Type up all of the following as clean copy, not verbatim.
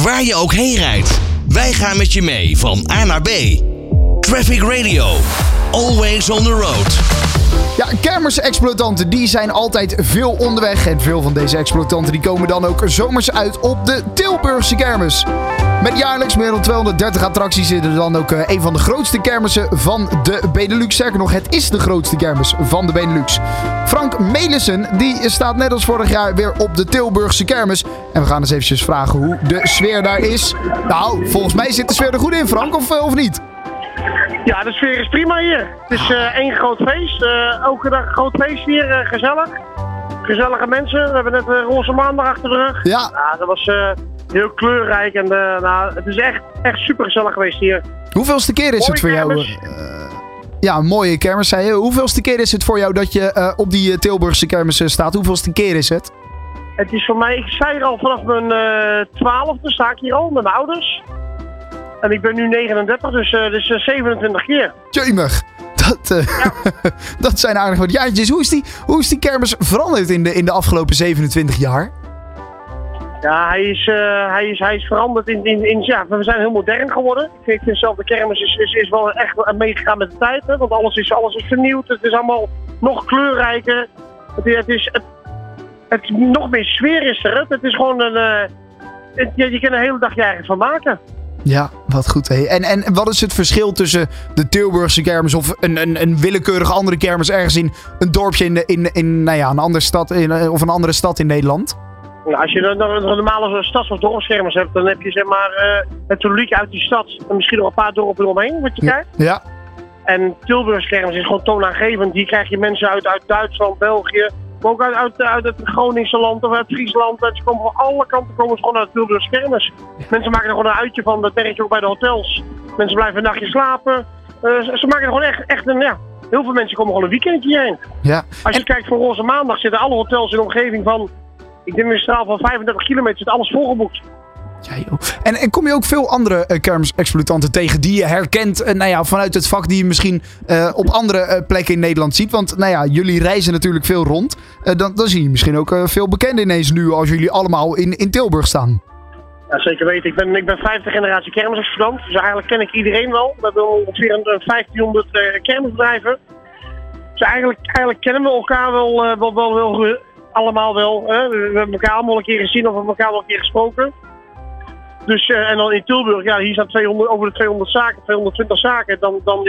Waar je ook heen rijdt, wij gaan met je mee van A naar B. Traffic Radio. Always on the road. Ja, kermisexploitanten die zijn altijd veel onderweg. En veel van deze exploitanten die komen dan ook zomers uit op de Tilburgse kermis. Met jaarlijks meer dan 230 attracties is er dan ook een van de grootste kermissen van de Benelux. Sterker nog, het is de grootste kermis van de Benelux. Frank Melissen die staat net als vorig jaar weer op de Tilburgse kermis. En we gaan eens eventjes vragen hoe de sfeer daar is. Nou, volgens mij zit de sfeer er goed in, Frank, of niet? Ja, de sfeer is prima hier. Het is één groot feest. Elke dag een groot feest hier. Gezellig. Gezellige mensen. We hebben net Roze Maandag achter de rug. Ja. Dat was heel kleurrijk. En het is echt super gezellig geweest hier. Hoeveelste keer is het voor jou? Ja, een mooie kermis, zei je. Hoeveelste keer is het voor jou dat je op die Tilburgse kermis staat? Hoeveelste keer is het? Het is voor mij, ik sta hier al vanaf mijn 12e, sta ik hier al met mijn ouders. En ik ben nu 39, dus 27 keer. Jemig. Dat zijn aardig wat jaartjes. Hoe is die kermis veranderd in de afgelopen 27 jaar? Ja, hij is veranderd ja, we zijn heel modern geworden. Ik vind zelf de kermis is wel echt meegegaan met de tijd. Hè, want alles is vernieuwd. Het is allemaal nog kleurrijker. Het is nog meer sfeer is er. Het is gewoon je kan een hele dag je eigen van maken. Ja, wat goed. Hé. En wat is het verschil tussen de Tilburgse kermis of een willekeurige andere kermis ergens in een dorpje in nou ja, een andere stad of een andere stad in Nederland? Nou, als je een normale stads- of dorpskermis hebt, dan heb je zeg maar het publiek uit die stad en misschien nog een paar dorpen eromheen, wat je kijkt. Ja. En Tilburgse kermis is gewoon toonaangevend. Die krijg je mensen uit Duitsland, België, maar ook uit het Groningse land of uit Friesland. Ze komen van alle kanten gewoon uit de Tilburgse kermis. Mensen maken er gewoon een uitje van, dat merk je ook bij de hotels. Mensen blijven een nachtje slapen. Ze maken er gewoon echt een, ja. Heel veel mensen komen gewoon een weekendje hierheen. Ja. Als je kijkt voor Roze Maandag zitten alle hotels in de omgeving van, ik denk een straal van 35 kilometer, zit alles volgeboekt. Ja, joh. En kom je ook veel andere kermisexploitanten tegen die je herkent nou ja, vanuit het vak die je misschien op andere plekken in Nederland ziet? Want nou ja, jullie reizen natuurlijk veel rond. Dan zie je misschien ook veel bekenden ineens nu als jullie allemaal in Tilburg staan. Ja, zeker weten. Ik ben 5e generatie kermisexploitant. Dus eigenlijk ken ik iedereen wel. We hebben ongeveer 1500 kermisbedrijven. Dus eigenlijk kennen we elkaar wel allemaal wel. Hè? We hebben elkaar allemaal een keer gezien of we hebben elkaar wel een keer gesproken. Dus, en dan in Tilburg, ja, hier staan over de 200 zaken, 220 zaken. Dan komen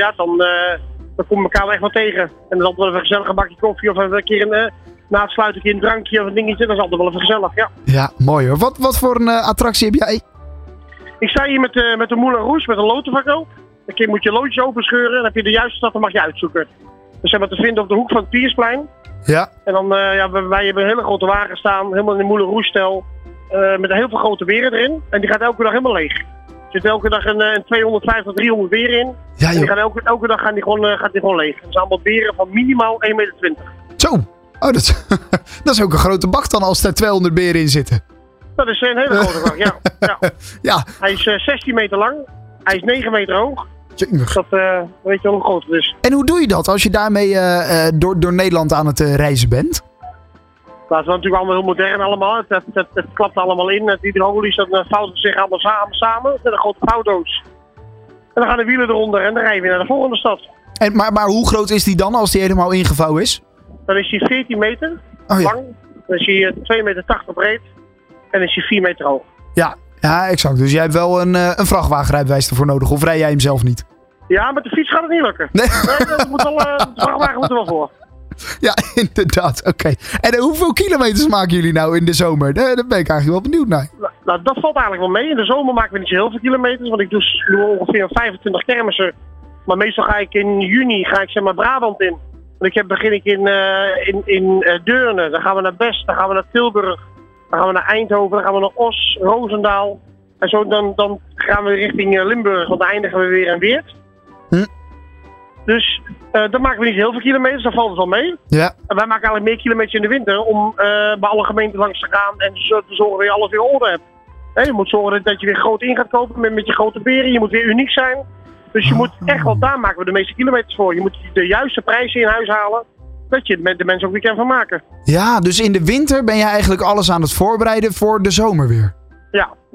we elkaar wel echt wel tegen. En dan wel even een gezellig bakje koffie of even een keer na het sluiten een keer een drankje of een dingetje. Dat is altijd wel even gezellig, ja. Ja, mooi hoor. Wat voor een attractie heb jij? Ik sta hier met de Moulin Rouge, met een lotenverkoop. Een keer moet je loodje openscheuren en dan heb je de juiste stad, dan mag je uitzoeken. Dus zijn we te vinden op de hoek van het Piersplein. Ja. En dan, wij hebben een hele grote wagen staan, helemaal in de Moulin Rouge-stijl. Met heel veel grote beren erin. En die gaat elke dag helemaal leeg. Er zit elke dag een 250, 300 beren in. Ja, en die gaan elke dag gaat die gewoon leeg. Dat zijn allemaal beren van minimaal 1,20 meter. Zo! Oh, dat is ook een grote bak dan als er 200 beren in zitten. Dat is een hele grote bak, ja. Ja. Hij is 16 meter lang. Hij is 9 meter hoog. Dat weet je wel hoe groot het is. En hoe doe je dat als je daarmee door Nederland aan het reizen bent? Dat is natuurlijk allemaal heel modern allemaal. Het klapt allemaal in. Het hydraulisch, dat vouwt zich allemaal samen. Met een grote vouwdoos. En dan gaan de wielen eronder en dan rijden we naar de volgende stad. Maar hoe groot is die dan als die helemaal ingevouwen is? Dan is hij 14 meter lang. Dan is hij 2,80 meter breed. En dan is hij 4 meter hoog. Ja, exact. Dus jij hebt wel een vrachtwagenrijbewijs ervoor nodig. Of rij jij hem zelf niet? Ja, met de fiets gaat het niet lukken. Nee, de vrachtwagen moet er wel voor. Ja, inderdaad. Oké. En hoeveel kilometers maken jullie nou in de zomer? Daar ben ik eigenlijk wel benieuwd naar. Nou, dat valt eigenlijk wel mee. In de zomer maken we niet zo heel veel kilometers. Want ik doe ongeveer 25 kermissen. Maar meestal ga ik in juni zeg maar Brabant in. Want begin ik in Deurne. Dan gaan we naar Best. Dan gaan we naar Tilburg. Dan gaan we naar Eindhoven. Dan gaan we naar Os, Roosendaal. En zo dan gaan we richting Limburg. Want dan eindigen we weer in Weert. Dus dan maken we niet heel veel kilometers, dan valt het wel mee. Ja. En wij maken eigenlijk meer kilometers in de winter om bij alle gemeenten langs te gaan en te zorgen dat je alles weer in orde hebt. Je moet zorgen dat je weer groot in gaat kopen met je grote beren, je moet weer uniek zijn. Dus je moet echt wel, daar maken we de meeste kilometers voor. Je moet de juiste prijzen in huis halen, dat je de mensen ook weer kan van maken. Ja, dus in de winter ben je eigenlijk alles aan het voorbereiden voor de zomer weer? Ja.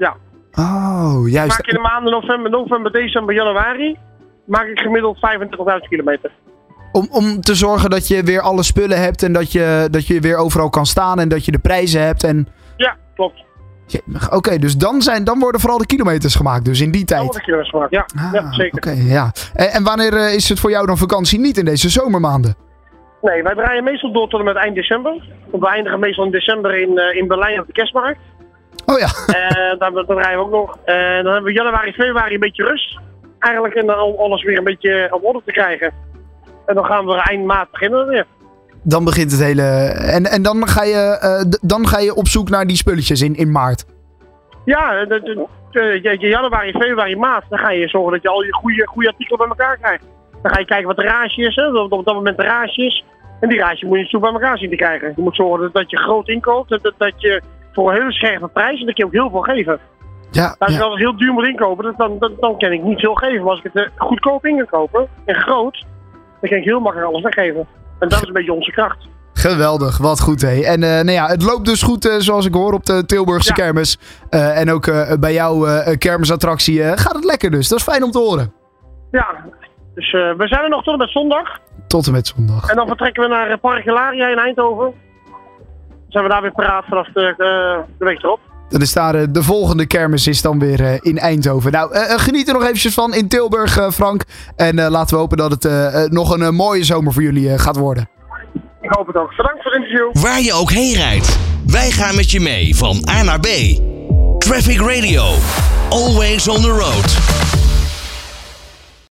Oh, juist. Maak in de maanden november, december, januari, maak ik gemiddeld 35.000 kilometer. Om te zorgen dat je weer alle spullen hebt en dat je weer overal kan staan en dat je de prijzen hebt. En... Ja, klopt. Oké, dus dan worden vooral de kilometers gemaakt, dus in die tijd. Dan worden de kilometers gemaakt, ja, zeker. Oké, ja. En wanneer is het voor jou dan vakantie? Niet in deze zomermaanden? Nee, wij draaien meestal door tot en met eind december. We eindigen meestal in december in Berlijn op de kerstmarkt. Oh ja. Daar draaien we ook nog. En dan hebben we januari, februari een beetje rust. Eigenlijk en dan alles weer een beetje op orde te krijgen. En dan gaan we eind maart beginnen weer. Dan begint het hele... En dan ga je op zoek naar die spulletjes in maart. Ja, januari, februari, maart. Dan ga je zorgen dat je al je goede artikelen bij elkaar krijgt. Dan ga je kijken wat de rage is. Hè, op dat moment de rage is. En die rage moet je zo bij elkaar zien te krijgen. Je moet zorgen dat je groot inkoopt. Dat je voor een hele scherpe prijs. En dan kun je ook heel veel geven. Ja, als ik heel duur moet inkopen, dan kan ik niet veel geven. Maar als ik het goedkoop in kan kopen, en groot, dan kan ik heel makkelijk alles weggeven. En dat is een beetje onze kracht. Geweldig, wat goed hé. En het loopt dus goed zoals ik hoor op de Tilburgse kermis. En ook bij jouw kermisattractie gaat het lekker dus. Dat is fijn om te horen. Ja, dus we zijn er nog tot en met zondag. Tot en met zondag. En dan vertrekken we naar Park Hilaria in Eindhoven. Dan zijn we daar weer paraat vanaf de week erop. Dan is daar de volgende kermis is dan weer in Eindhoven. Nou, geniet er nog eventjes van in Tilburg, Frank. En laten we hopen dat het nog een mooie zomer voor jullie gaat worden. Ik hoop het ook. Bedankt voor het interview. Waar je ook heen rijdt, wij gaan met je mee van A naar B. Traffic Radio. Always on the road.